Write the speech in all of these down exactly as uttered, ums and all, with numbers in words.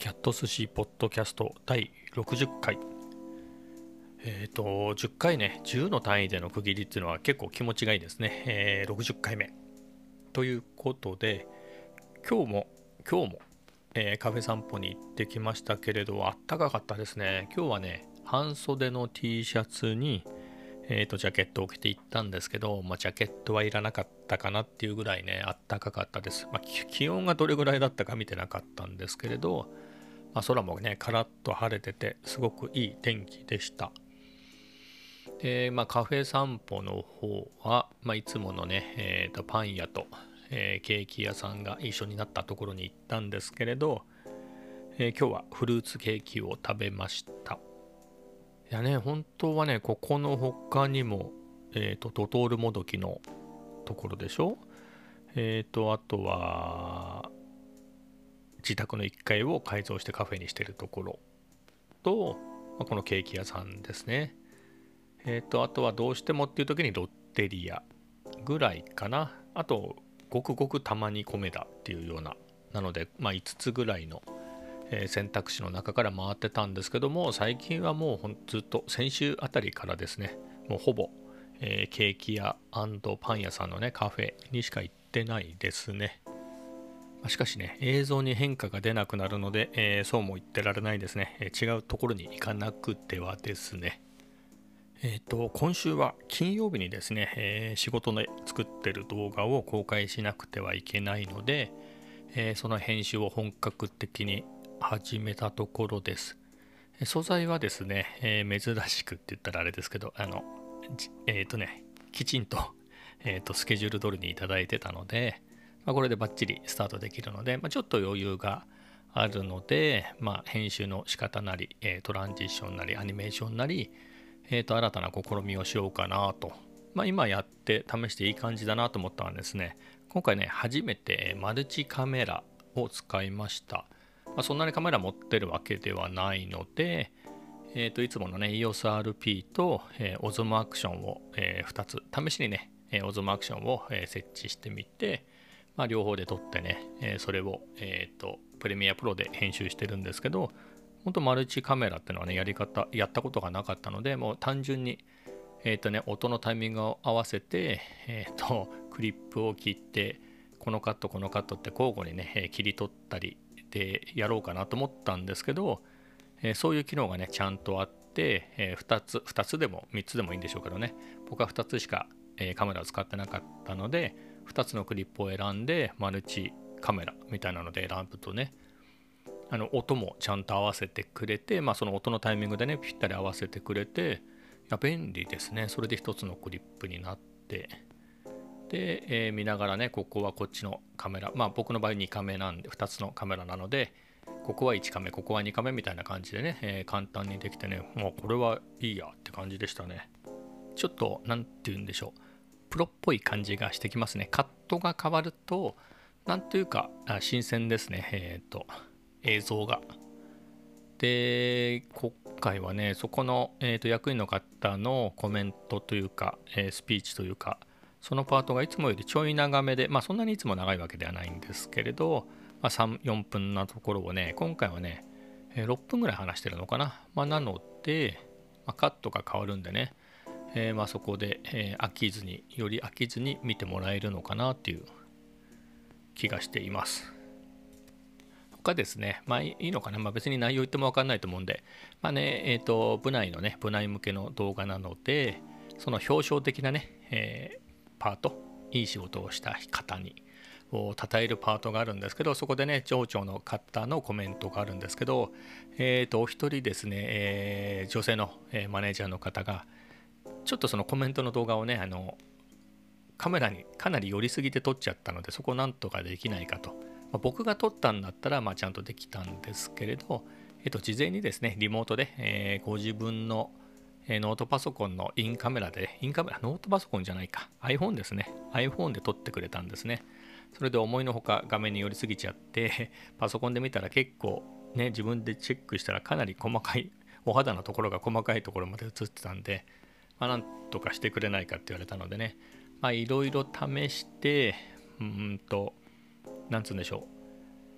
キャット寿司ポッドキャストだいろくじゅっかい。えっ、と、じゅっかいね、じゅうの単位での区切りっていうのは結構気持ちがいいですね。えー、ろくじゅっかいめ。ということで、今日も、今日も、えーカフェ散歩に行ってきましたけれど、あったかかったですね。今日はね、半袖の T シャツに、えーと、ジャケットを着て行ったんですけど、まあ、ジャケットはいらなかったかなっていうぐらいね、あったかかったです。まあ、き気温がどれぐらいだったか見てなかったんですけれど、まあ、空もね、カラッと晴れてて、すごくいい天気でした。で、まあ、カフェ散歩の方は、まあ、いつものね、えーと、パン屋と、えーケーキ屋さんが一緒になったところに行ったんですけれど、えー今日はフルーツケーキを食べました。いやね、本当はね、ここの他にも、えっと、ドトールもどきのところでしょ。えっと、あとは、自宅のいっかいを改造してカフェにしてるところと、まあこのケーキ屋さんですね。えっと、あとはどうしてもっていう時にロッテリアぐらいかな。あと、ごくごくたまに米だっていうような。なので、まあ、いつつぐらいのえー選択肢の中から回ってたんですけども、最近はもうほんずっと先週あたりからですね、もうほぼ、えーケーキ屋パン屋さんのねカフェにしか行ってないですね。まあしかしね、映像に変化が出なくなるので、えーそうも言ってられないですね。えー違うところに行かなくてはですね。えっ、と今週は金曜日にですね、えー仕事で作ってる動画を公開しなくてはいけないので、えーその編集を本格的に始めたところです。素材はですね、えー珍しくって言ったらあれですけど、あの、えっ、ー、とね、きちんと、えーと、スケジュール通りにいただいてたので、まあ、これでバッチリスタートできるので、まあ、ちょっと余裕があるので、まあ、編集の仕方なり、えートランジションなり、アニメーションなり、えーと、新たな試みをしようかなと。まあ、今やって試していい感じだなと思ったのはですね、今回ね、初めてマルチカメラを使いました。まあ、そんなにカメラ持ってるわけではないので、えー、といつものね イーオーエスアールピー と、えー、オズモアクションを、えーふたつ試しにね、えー、オズモアクションを、えー設置してみて、まあ、両方で撮ってね、えーそれを、えー、とプレミアプロで編集してるんですけど、本当マルチカメラっていうのはねやり方やったことがなかったので、もう単純にえっ、とね音のタイミングを合わせて、えー、とクリップを切って、このカットこのカットって交互にね、えー切り取ったりでやろうかなと思ったんですけど、えーそういう機能がねちゃんとあって、えーふたつふたつでもみっつでもいいんでしょうけどね、僕はふたつしか、えーカメラを使ってなかったので、ふたつのクリップを選んでマルチカメラみたいなので選ぶとね、あの音もちゃんと合わせてくれて、まあ、その音のタイミングでねぴったり合わせてくれて、いや便利ですね。それでひとつのクリップになって、で、えー見ながらね、ここはこっちのカメラ、まあ僕の場合にカメなんでふたつのカメラなので、ここはいちカメここはにカメみたいな感じでね、えー簡単にできてね、もうこれはいいやって感じでしたね。ちょっとなんて言うんでしょう、プロっぽい感じがしてきますね。カットが変わるとなんというかあ新鮮ですね。えっ、と映像が。で、今回はね、そこの、えーと役員の方のコメントというか、えースピーチというか、そのパートがいつもよりちょい長めで、まあそんなにいつも長いわけではないんですけれど、まあ、さん、よんぷんなところをね、今回はね、えーろっぷんぐらい話してるのかな。まあ、なので、まあ、カットが変わるんでね、えーまあそこで、えー飽きずに、より飽きずに見てもらえるのかなっていう気がしています。他ですね、まあいいのかな、まあ、別に内容言っても分かんないと思うんで、まあね、えっ、と、部内のね、部内向けの動画なので、その表彰的なね、えーパート、いい仕事をした方に、を称えるパートがあるんですけど、そこでね、町長の方のコメントがあるんですけど、えっ、と、お一人ですね、えー女性の、えーマネージャーの方が、ちょっとそのコメントの動画をね、あの、カメラにかなり寄りすぎて撮っちゃったので、そこをなんとかできないかと。まあ、僕が撮ったんだったら、まあ、ちゃんとできたんですけれど、えっと、事前にですね、リモートで、えーご自分のえーノートパソコンのインカメラで、インカメラ、ノートパソコンじゃないか、iPhone ですね。iPhone で撮ってくれたんですね。それで思いのほか画面に寄りすぎちゃって、パソコンで見たら結構ね、自分でチェックしたらかなり細かい、お肌のところが細かいところまで映ってたんで、まあ、なんとかしてくれないかって言われたのでね、まあいろいろ試して、うーんと、なんつうんでしょう。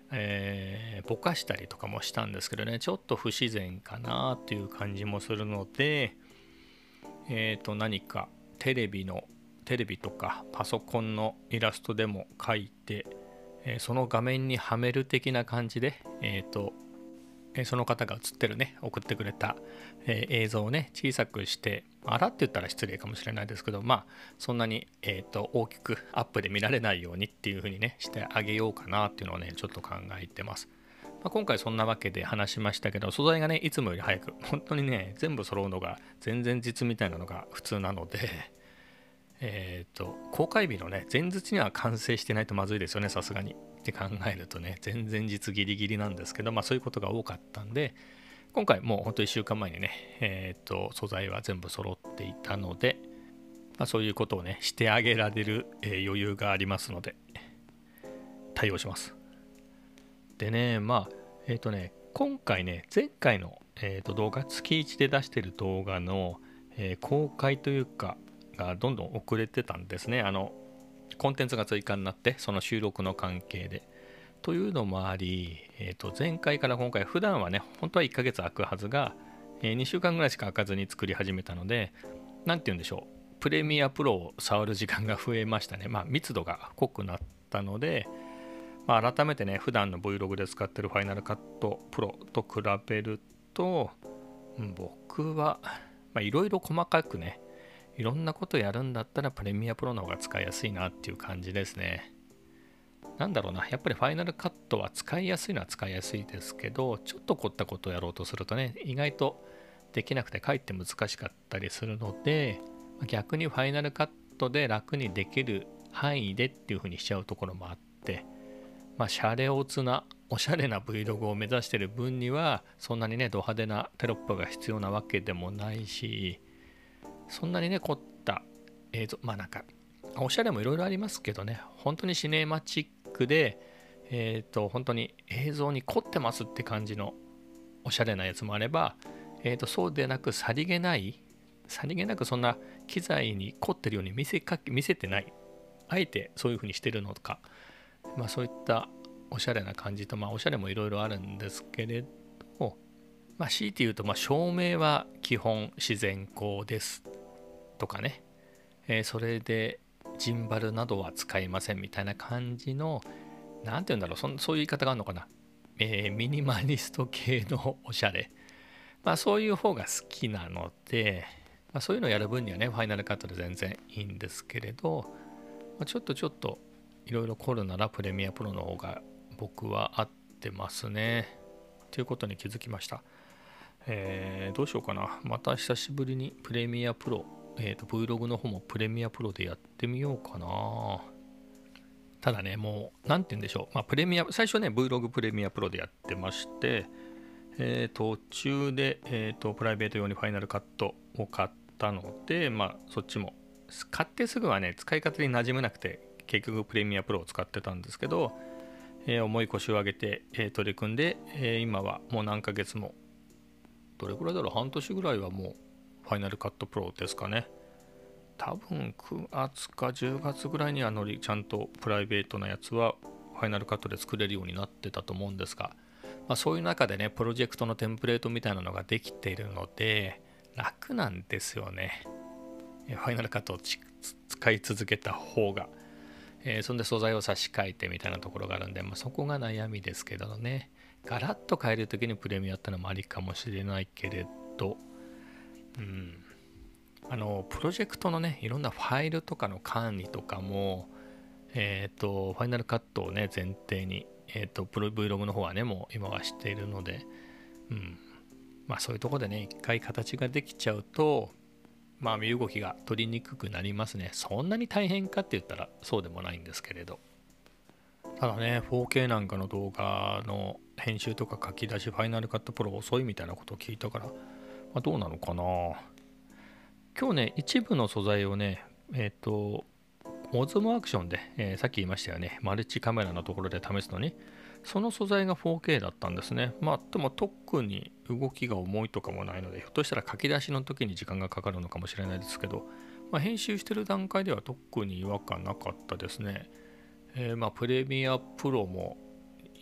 えーぼかしたりとかもしたんですけどね、ちょっと不自然かなっていう感じもするので、えー、と何かテレビのテレビとかパソコンのイラストでも描いて、えーその画面にはめる的な感じで、えー、とえーその方が写ってるね、送ってくれた、えー映像をね小さくして、洗って言ったら失礼かもしれないですけど、まあそんなに、えー、と大きくアップで見られないようにっていう風にねしてあげようかなっていうのをねちょっと考えてます。まあ、今回そんなわけで話しましたけど、素材がねいつもより早く、本当にね全部揃うのが全然実みたいなのが普通なので、えっ、と公開日のね前日には完成してないとまずいですよね、さすがにって考えるとね、全然実ギリギリなんですけど、まあそういうことが多かったんで、今回もうほんといっしゅうかんまえにね、えっ、と素材は全部揃っていたので、まあ、そういうことをねしてあげられる、えー余裕がありますので対応します。でね、まあえっ、とね今回ね前回の、えー、と動画、月いちで出してる動画の、えー公開というかがどんどん遅れてたんですね。あのコンテンツが追加になって、その収録の関係でというのもあり、えー、と前回から今回、普段はね本当はいっかげつ空くはずが、えーにしゅうかんぐらいしか空かずに作り始めたので、何て言うんでしょう、プレミアプロを触る時間が増えましたね。まあ密度が濃くなったので、まあ、改めてね普段の Vlog で使ってるファイナルカットプロと比べると、うん僕はいろいろ細かくねいろんなことやるんだったらプレミアプロの方が使いやすいなっていう感じですね。なんだろうな、やっぱりファイナルカットは使いやすいのは使いやすいですけど、ちょっと凝ったことをやろうとするとね意外とできなくてかえって難しかったりするので、逆にファイナルカットで楽にできる範囲でっていう風にしちゃうところもあって、まあシャレオツなおしゃれな Vlog を目指してる分にはそんなにねド派手なテロップが必要なわけでもないし、そんなにね凝った映像、まあなんかおしゃれもいろいろありますけどね、本当にシネマチックで、えっ、と本当に映像に凝ってますって感じのおしゃれなやつもあれば、えー、とそうでなくさりげないさりげなくそんな機材に凝ってるように見せかけ見せてない、あえてそういう風にしてるのとか、まあそういったおしゃれな感じと、まあおしゃれもいろいろあるんですけれど、まあ強いて言うと、まあ照明は基本自然光ですとかね、えーそれでジンバルなどは使いませんみたいな感じの、なんて言うんだろう、そんそういう言い方があるのかな、えーミニマリスト系のおしゃれ、まあそういう方が好きなので、まあ、そういうのをやる分にはねファイナルカットで全然いいんですけれど、まあ、ちょっとちょっといろいろ凝るならプレミアプロの方が僕は合ってますねということに気づきました。えーどうしようかな、また久しぶりにプレミアプロ、えーと Vlog の方もプレミアプロでやってみようかな。ただね、もう何て言うんでしょう、まあ、プレミア最初ね Vlog プレミアプロでやってまして、えー途中で、えーとプライベート用にファイナルカットを買ったので、まあそっちも買ってすぐはね使い方に馴染めなくて結局プレミアプロを使ってたんですけど、えー重い腰を上げて、えー取り組んで、えー今はもう何ヶ月も、どれくらいだろう、半年ぐらいはもうファイナルカットプロですかね。多分くがつかじゅうがつぐらいにはのりちゃんとプライベートなやつはファイナルカットで作れるようになってたと思うんですが、まあ、そういう中でねプロジェクトのテンプレートみたいなのができているので楽なんですよね、ファイナルカットを使い続けた方が、えーそんで素材を差し替えてみたいなところがあるんで、まあ、そこが悩みですけどね、ガラッと変えるときにプレミアってのもありかもしれないけれど、うんあのプロジェクトのねいろんなファイルとかの管理とかも、えっ、とファイナルカットをね前提に、えっ、とプロ Vlog の方はねもう今はしているので、うんまあそういうところでね一回形ができちゃうと、まあ身動きが取りにくくなりますね。そんなに大変かって言ったらそうでもないんですけれど、ただね フォーケー なんかの動画の編集とか書き出しファイナルカットプロ遅いみたいなことを聞いたから、まあ、どうなのかな。今日ね一部の素材をねえっ、とオズモアクションで、えーさっき言いましたよね、マルチカメラのところで試すのにその素材が フォーケー だったんですね。まあでも特に動きが重いとかもないので、ひょっとしたら書き出しの時に時間がかかるのかもしれないですけど、まあ、編集してる段階では特に違和感なかったですね。えーまあプレミアプロも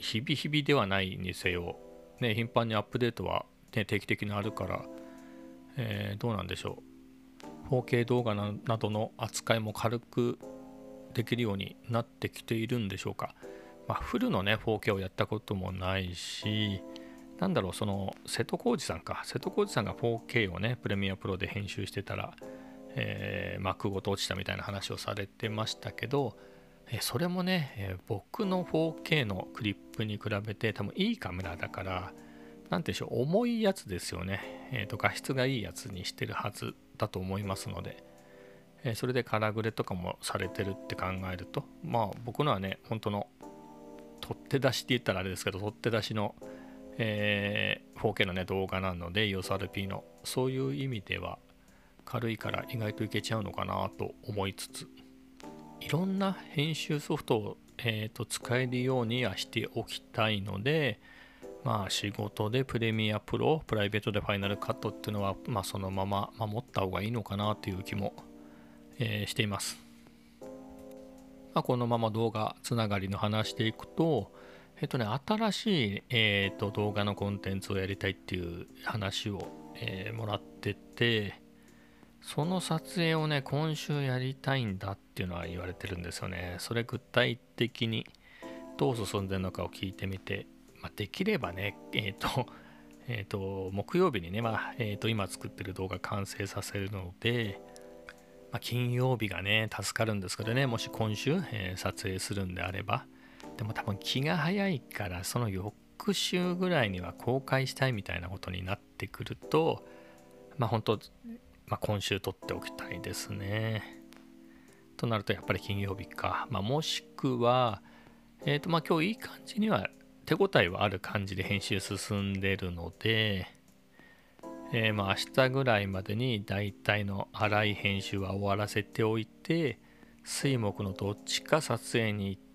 日々日々ではないにせよ、ね、頻繁にアップデートは、ね、定期的にあるから、えー、どうなんでしょう。フォーケー 動画などの扱いも軽くできるようになってきているんでしょうか。まあ、フルのね フォーケー をやったこともないし、なんだろう、その瀬戸康史さんか瀬戸康史さんが フォーケー をねプレミアプロで編集してたら、えー、幕ごと落ちたみたいな話をされてましたけど、えー、それもね、えー、僕の フォーケー のクリップに比べて多分いいカメラだから、なんてでしょう、重いやつですよね、えーと、画質がいいやつにしてるはずだと思いますので、えー、それでカラグレとかもされてるって考えると、まあ僕のはね本当の取って出しって言ったらあれですけど、取って出しの、えー、フォーケー のね動画なので イーオーエスアールピー のそういう意味では軽いから意外といけちゃうのかなと思いつつ、いろんな編集ソフトを、えー、と使えるようにはしておきたいので、まあ仕事でプレミアプロ、プライベートでファイナルカットっていうのは、まあ、そのまま守った方がいいのかなという気も、えー、しています。まあ、このまま動画つながりの話していくと、えっとね、新しい、えー、と動画のコンテンツをやりたいっていう話を、えーもらってて、その撮影をね、今週やりたいんだっていうのは言われてるんですよね。それ具体的にどう進んでるのかを聞いてみて、まあ、できればね、えっ、と、えっ、と、木曜日にね、まあ、えっ、と、今作ってる動画完成させるので、まあ、金曜日がね、助かるんですけどね、もし今週、えー撮影するんであれば。でも多分気が早いから、その翌週ぐらいには公開したいみたいなことになってくると、まあ本当、まあ、今週撮っておきたいですね。となるとやっぱり金曜日か。まあ、もしくは、えっ、とまあ今日いい感じには手応えはある感じで編集進んでるので、えー、まあ明日ぐらいまでに大体の粗い編集は終わらせておいて、水木のどっちか撮影に行って、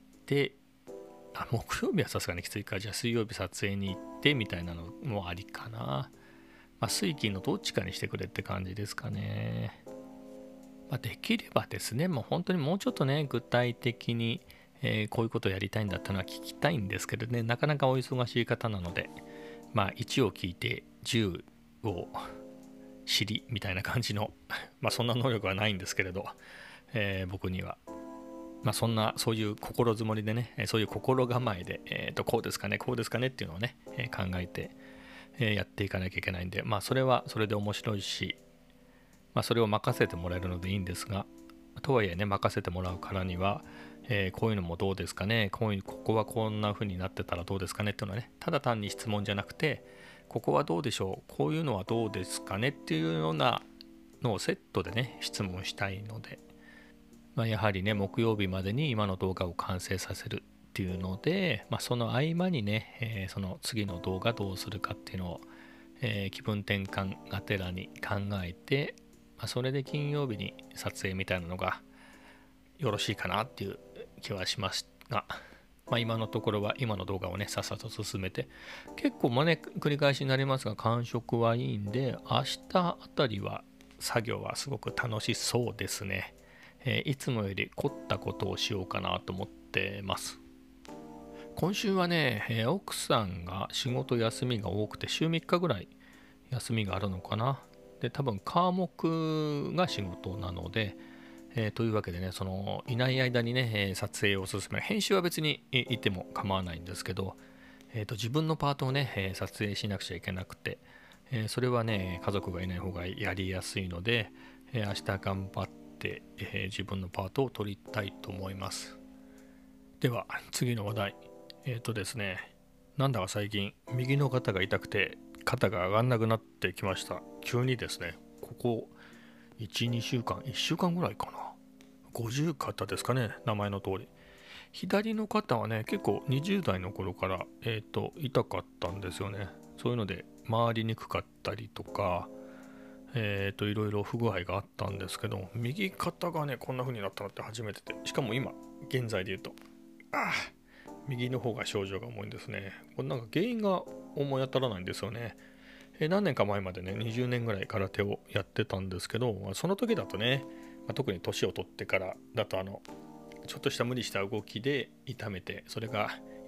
あ、木曜日はさすがにきついか、じゃあ水曜日撮影に行ってみたいなのもありかな。まあ、水金のどっちかにしてくれって感じですかね。まあ、できればですね、もう本当にもうちょっとね、具体的に、えーこういうことをやりたいんだってのは聞きたいんですけどね、なかなかお忙しい方なので、まあいちを聞いてじゅうを知りみたいな感じのまあそんな能力はないんですけれど、えー僕には。まあそんな、そういう心づもりでね、えーそういう心構えで、えーと、こうですかね、こうですかねっていうのをね、えー考えて、えーやっていかなきゃいけないんで、まあそれはそれで面白いし、まあそれを任せてもらえるのでいいんですが、とはいえね、任せてもらうからには、えーこういうのもどうですかね、こういう、ここはこんな風になってたらどうですかねっていうのはね、ただ単に質問じゃなくて、ここはどうでしょう、こういうのはどうですかねっていうようなのをセットでね、質問したいので、まあ、やはりね、木曜日までに今の動画を完成させるっていうので、まあ、その合間にね、えーその次の動画どうするかっていうのを、えー気分転換がてらに考えて、まあ、それで金曜日に撮影みたいなのがよろしいかなっていう気はしますが、まあ、今のところは今の動画をねさっさと進めて、結構まあね繰り返しになりますが感触はいいんで、明日あたりは作業はすごく楽しそうですね。えーいつもより凝ったことをしようかなと思ってます。今週はね、えー奥さんが仕事休みが多くて週みっかぐらい休みがあるのかな。で、多分科目が仕事なので、えーというわけでね、そのいない間にね、えー撮影を進める。編集は別にいいても構わないんですけど、えーと自分のパートをね、えー撮影しなくちゃいけなくて、えーそれはね、家族がいない方がやりやすいので、えー明日頑張って、えー自分のパートを取りたいと思います。では、次の話題。えっ、とですね、なんだか最近、右の肩が痛くて、肩が上がんなくなってきました。急にですね、ここいち、にしゅうかん、いっしゅうかんぐらいかな。五十肩ですかね、名前の通り。左の肩はね、結構にじゅう代の頃から、えっ、と、痛かったんですよね。そういうので、回りにくかったりとか、えっ、と、いろいろ不具合があったんですけど、右肩がね、こんな風になったのって初めてで、しかも今、現在で言うと、ああ、右の方が症状が重いんですね。これなんか原因が思い当たらないんですよね。え何年か前までね、にじゅうねんぐらい空手をやってたんですけど、その時だとね、まあ、特に年を取ってからだと、あの、ちょっとした無理した動きで痛めて、それが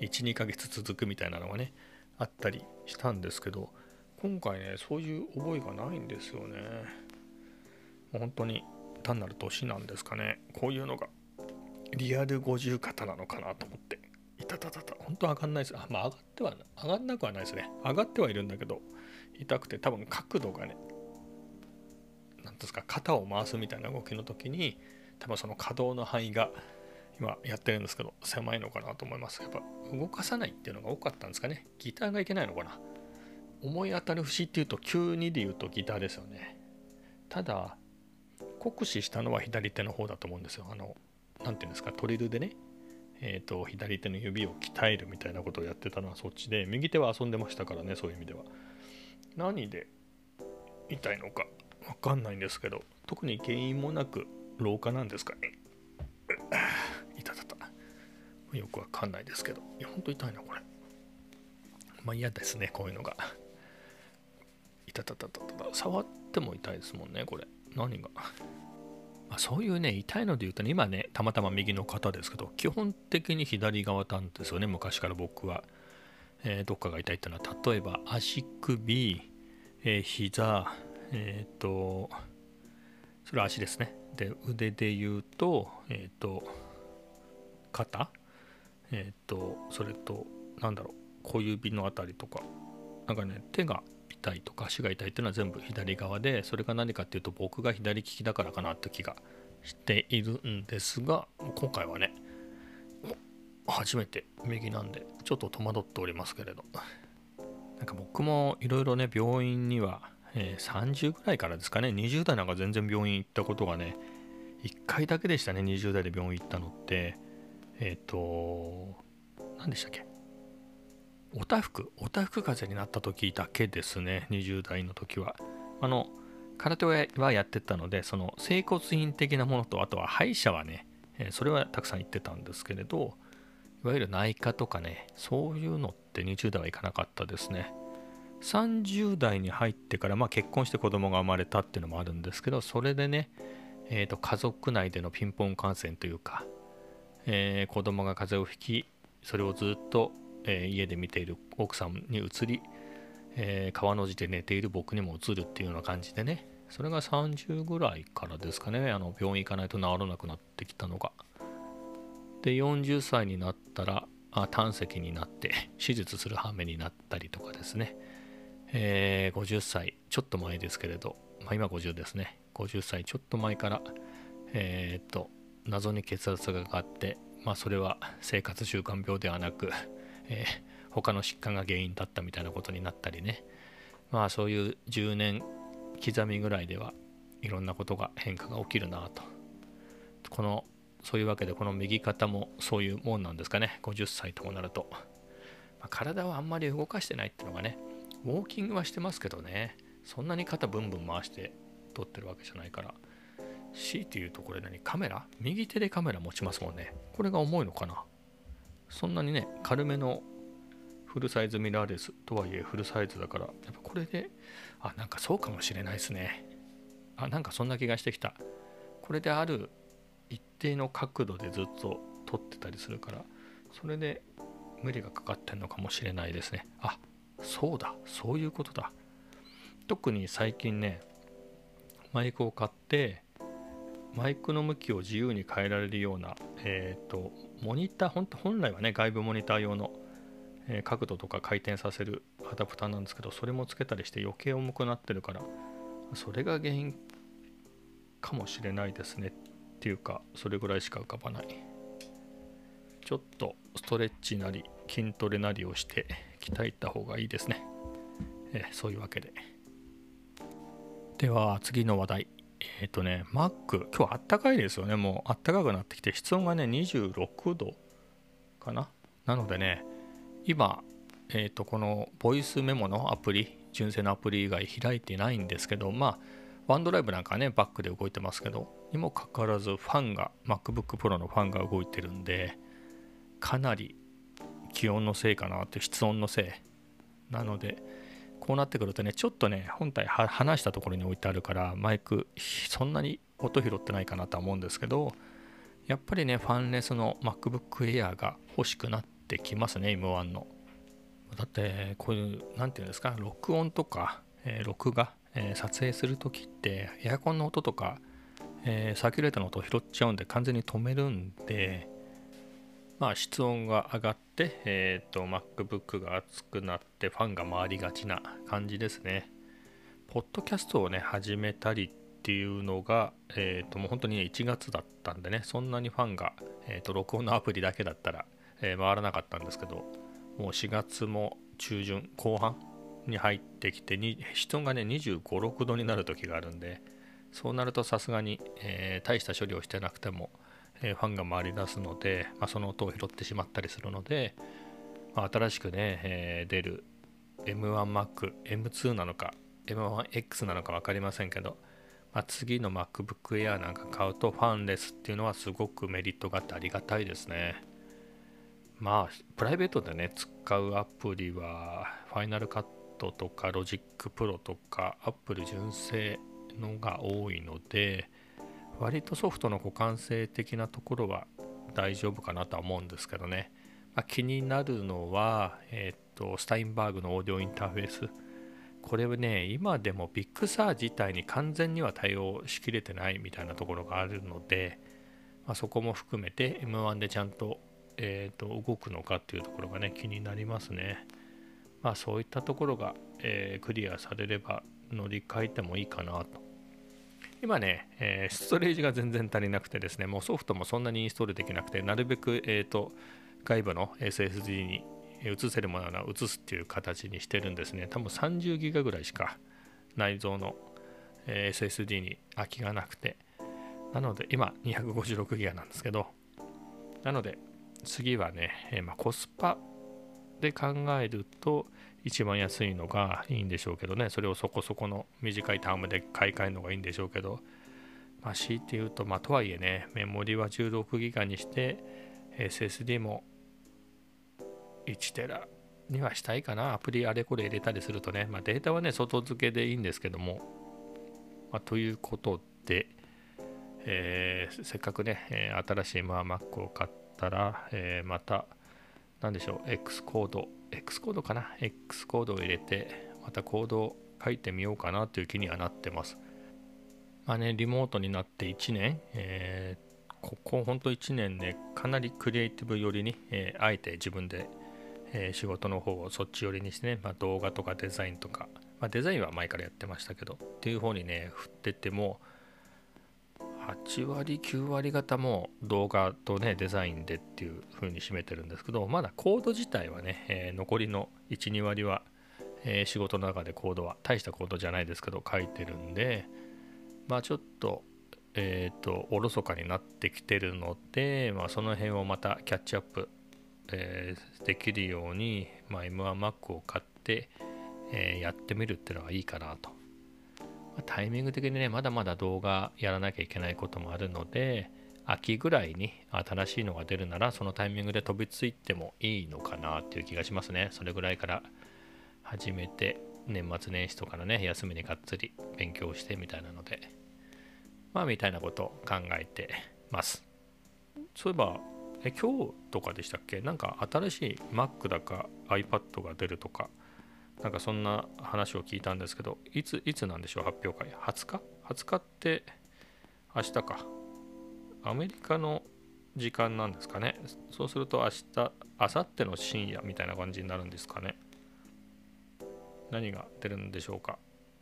いち、にかげつ続くみたいなのがねあったりしたんですけど、今回ねそういう覚えがないんですよね。もう本当に単なる年なんですかね。こういうのがリアル五十肩なのかなと思って、いたたたた本当上がんないです。あ、まあ上がっては上がんなくはないですね。上がってはいるんだけど痛くて、多分角度がね、なんですか、肩を回すみたいな動きの時に多分その可動の範囲が今やってるんですけど狭いのかなと思います。やっぱ動かさないっていうのが多かったんですかね。ギターがいけないのかな。思い当たる節っていうと急にで言うとギターですよね。ただ酷使したのは左手の方だと思うんですよ。あのなんていうんですか、トリルでね、えーと左手の指を鍛えるみたいなことをやってたのはそっちで、右手は遊んでましたからね。そういう意味では何で痛いのか分かんないんですけど、特に原因もなく老化なんですかね。痛たたよくわかんないですけど、いやほんと痛いなこれ。まあ嫌ですね、こういうのが。痛たたたたた触っても痛いですもんねこれ。何が、まあ、そういうね痛いので言うとね、今ねたまたま右の肩ですけど、基本的に左側なんですよね。昔から僕は、えー、どっかが痛いっていうのは、例えば足首、えー、膝、えっ、ー、とそれは足ですね。で腕で言うとえっ、ー、と肩、えっ、ー、とそれとなんだろう、小指のあたりとか、なんかね手が痛いとか足が痛いっていうのは全部左側で、それが何かっていうと僕が左利きだからかなって気がしているんですが、今回はね初めて右なんでちょっと戸惑っておりますけれど、なんか僕もいろいろね病院には、えー、さんじゅうぐらいからですかね、にじゅう代なんか全然病院行ったことがねいっかいだけでしたね。にじゅう代で病院行ったのってえっ、ー、と何でしたっけ、おたふくおたふく風邪になった時だけですね。にじゅう代の時はあの空手はやってたので、その整骨院的なものと、あとは歯医者はね、えー、それはたくさん行ってたんですけれど、いわゆる内科とかね、そういうのってにじゅう代は行かなかったですね。さんじゅう代に入ってから、まあ、結婚して子供が生まれたっていうのもあるんですけど、それでね、えーと家族内でのピンポン感染というか、えー、子供が風邪をひき、それをずっと、えー、家で見ている奥さんに移り、えー、川の字で寝ている僕にも移るっていうような感じでね、それがさんじゅうぐらいからですかね、あの病院行かないと治らなくなってきたのが。でよんじゅっさいになったらあ胆石になって手術する羽目になったりとかですね、えー、ごじゅっさいちょっと前ですけれど、まあ、今ごじゅうですね、ごじゅっさいちょっと前からえー、っと謎に血圧が上がって、まあ、それは生活習慣病ではなく、えー、他の疾患が原因だったみたいなことになったりね、まあそういうじゅうねん刻みぐらいではいろんなことが変化が起きるなと。このそういうわけでこの右肩もそういうもんなんですかね。ごじゅっさいともなると、まあ、体はあんまり動かしてないっていうのがね、ウォーキングはしてますけどね、そんなに肩ブンブン回して撮ってるわけじゃないから。強いて言うとこれ何、カメラ右手でカメラ持ちますもんね。これが重いのかな。そんなにね軽めのフルサイズミラーレスとはいえフルサイズだから、やっぱこれで、あ、なんかそうかもしれないですね。あ、なんかそんな気がしてきた。これである一定の角度でずっと撮ってたりするから、それで無理がかかってんのかもしれないですね。あ、そうだ、そういうことだ。特に最近ねマイクを買って、マイクの向きを自由に変えられるような、えーと、モニター、本当本来はね外部モニター用の、えー、角度とか回転させるアダプターなんですけど、それもつけたりして余計重くなってるから、それが原因かもしれないですね。っていうかそれぐらいしか浮かばない。ちょっとストレッチなり筋トレなりをして鍛えた方がいいですね。えー、そういうわけで、では次の話題。えっ、ー、とね Mac、 今日あったかいですよね。もうあったかくなってきて、室温がねにじゅうろくどかな。なのでね今、えー、とこのボイスメモのアプリ、純正のアプリ以外開いてないんですけど、まあワンドライブなんかねバックで動いてますけど、にもかかわらずファンが MacBook Pro のファンが動いてるんで、かなり気温のせいかなって、室温のせいなので、こうなってくるとね、ちょっとね本体は離したところに置いてあるからマイクそんなに音拾ってないかなとは思うんですけど、やっぱりねファンレスの MacBook Air が欲しくなってきますね エムワン の。だってこういうなんていうんですか、録音とか、えー、録画、えー、撮影するときってエアコンの音とか、えー、サーキュレーターの音を拾っちゃうんで完全に止めるんで、まあ室温が上がって、えーと MacBook が熱くなってファンが回りがちな感じですね。ポッドキャストをね始めたりっていうのが、えー、ともう本当に、ね、いちがつだったんでね、そんなにファンが、えー、と録音のアプリだけだったら、えー、回らなかったんですけど、もうしがつも中旬後半に入ってきてに室温がねにじゅうご、ろくどになる時があるんで、そうなるとさすがに、えー、大した処理をしてなくても、えー、ファンが回り出すので、まあ、その音を拾ってしまったりするので、まあ、新しくね、えー、出る エムワン Mac、エムツー なのか エムワンエックス なのか分かりませんけど、まあ、次の MacBook Air なんか買うとファンレスっていうのはすごくメリットがあってありがたいですね。まあプライベートでね使うアプリは Final Cut とか Logic Pro とか Apple 純正のが多いので、割とソフトの互換性的なところは大丈夫かなとは思うんですけどね。まあ、気になるのは、えっとスタインバーグのオーディオインターフェース、これはね今でもビッグサー自体に完全には対応しきれてないみたいなところがあるので、まあ、そこも含めて エムワン でちゃんと、えー、と動くのかっていうところがね気になりますね。まあそういったところが、えークリアされれば乗り換えてもいいかなと。今ね、えーストレージが全然足りなくてですね、もうソフトもそんなにインストールできなくて、なるべく、えー、と外部の エスエスディー に移せるものは移すっていう形にしてるんですね。多分さんじゅうギガぐらいしか内蔵の エスエスディー に空きがなくて、なので今にひゃくごじゅうろくギガなんですけど、なので次はね、えーまあ、コスパで考えると一番安いのがいいんでしょうけどね、それをそこそこの短いタームで買い替えるのがいいんでしょうけど、まあ、強いて言うと、まあ、とはいえね、メモリはじゅうろくギガにして エスエスディー もいちテラにはしたいかな。アプリあれこれ入れたりするとね、まあ、データはね外付けでいいんですけども、まあ、ということで、えーせっかくね、えー新しい、まあ、Mac を買ったら、えーまた何でしょう X コード X コードかな X コードを入れてまたコードを書いてみようかなという気にはなってます。まあね、リモートになっていちねん、えーここほんといちねんね、かなりクリエイティブ寄りに、えーあえて自分で、えー仕事の方をそっち寄りにしてね、まあ、動画とかデザインとか、まあ、デザインは前からやってましたけどっていう方にね振ってても、はちわりきゅうわり方も動画とねデザインでっていう風に占めてるんですけど、まだコード自体はね、えー残りのいち、にわりは、えー仕事の中でコードは大したコードじゃないですけど書いてるんで、まあちょっとえっ、とおろそかになってきてるので、まあ、その辺をまたキャッチアップ、えーできるように、まあ、エムワン Mac を買って、えーやってみるっていうのがいいかなと。タイミング的にねまだまだ動画やらなきゃいけないこともあるので、秋ぐらいに新しいのが出るならそのタイミングで飛びついてもいいのかなっていう気がしますね。それぐらいから始めて年末年始とかのね休みにがっつり勉強してみたいなので、まあみたいなことを考えてます。そういえばえ今日とかでしたっけ、なんか新しい Mac だか iPad が出るとか、なんかそんな話を聞いたんですけど、いついつなんでしょう発表会。はつか ?はつ 日って明日か。アメリカの時間なんですかね。そうすると明日、明後日の深夜みたいな感じになるんですかね。何が出るんでしょうか。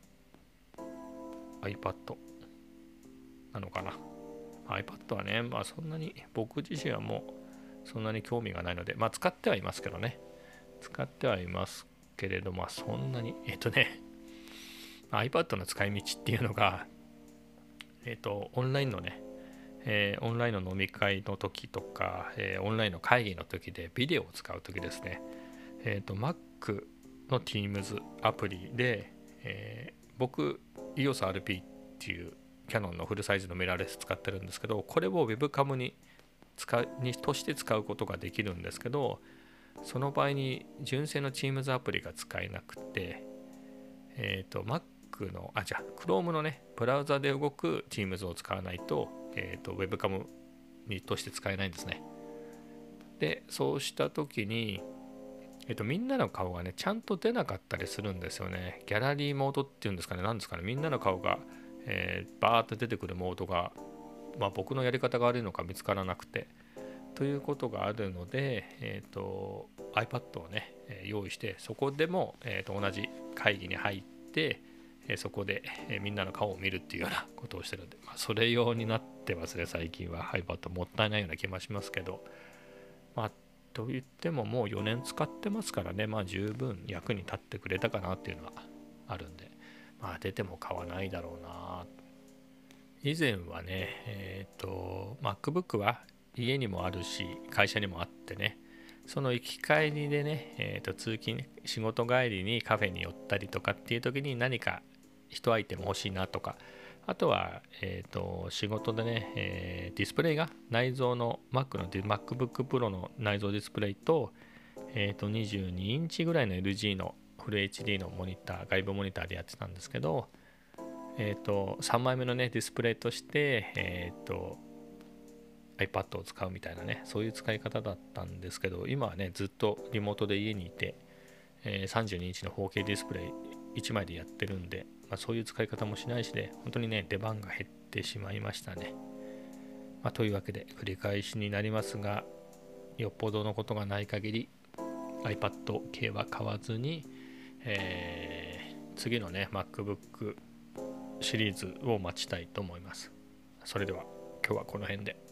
iPad なのかな。 iPad はね、まあそんなに僕自身はもうそんなに興味がないので、まあ使ってはいますけどね。使ってはいますけれど、まあそんなに、えっとね、iPad の使い道っていうのが、えっと、オンラインのね、えーオンラインの飲み会の時とか、えーオンラインの会議の時でビデオを使う時ですね、えっと、Mac の Teams アプリで、えー僕、イーオーエスアールピー っていうキャノンのフルサイズのミラーレス使ってるんですけど、これを Webcam に使にとして使うことができるんですけど、その場合に純正の Teams アプリが使えなくて、えっと、Mac の、あ、じゃあ、Chrome のね、ブラウザで動く Teams を使わないと、えっと、Webcam にとして使えないんですね。 でそうした時に、えっと、みんなの顔がねちゃんと出なかったりするんですよね。ギャラリーモードっていうんですかね、何ですかね、みんなの顔が、えー、バーって出てくるモードが、まあ、僕のやり方が悪いのか見つからなくてということがあるので、えー、と iPad をね用意して、そこでも、えー、と同じ会議に入って、えー、そこで、えー、みんなの顔を見るっていうようなことをしてるんで、まあ、それ用になってますね最近は。 iPad もったいないような気もしますけど、まあと言ってももうよねん使ってますからね、まあ十分役に立ってくれたかなっていうのはあるんで、まあ出ても買わないだろうな。以前はね、えっ、ー、と MacBook は家にもあるし会社にもあってね、その行き帰りでね、えー、と通勤仕事帰りにカフェに寄ったりとかっていう時に何か一アイテム欲しいなとか、あとは、えー、と仕事でね、えー、ディスプレイが内蔵の Mac の MacBook Pro の内蔵ディスプレイと、えー、とにじゅうにインチぐらいの エルジー のフル エイチディー のモニター、外部モニターでやってたんですけど、えー、とさんまいめのねディスプレイとして、えー、と iPad を使うみたいなね、そういう使い方だったんですけど、今はねずっとリモートで家にいて、えー、さんじゅうにインチの フォーケー ディスプレイいちまいでやってるんで、まあ、そういう使い方もしないしで、本当にね出番が減ってしまいましたね。まあ、というわけで繰り返しになりますが、よっぽどのことがない限り iPad 系は買わずに、えー、次のね MacBook シリーズを待ちたいと思います。それでは今日はこの辺で。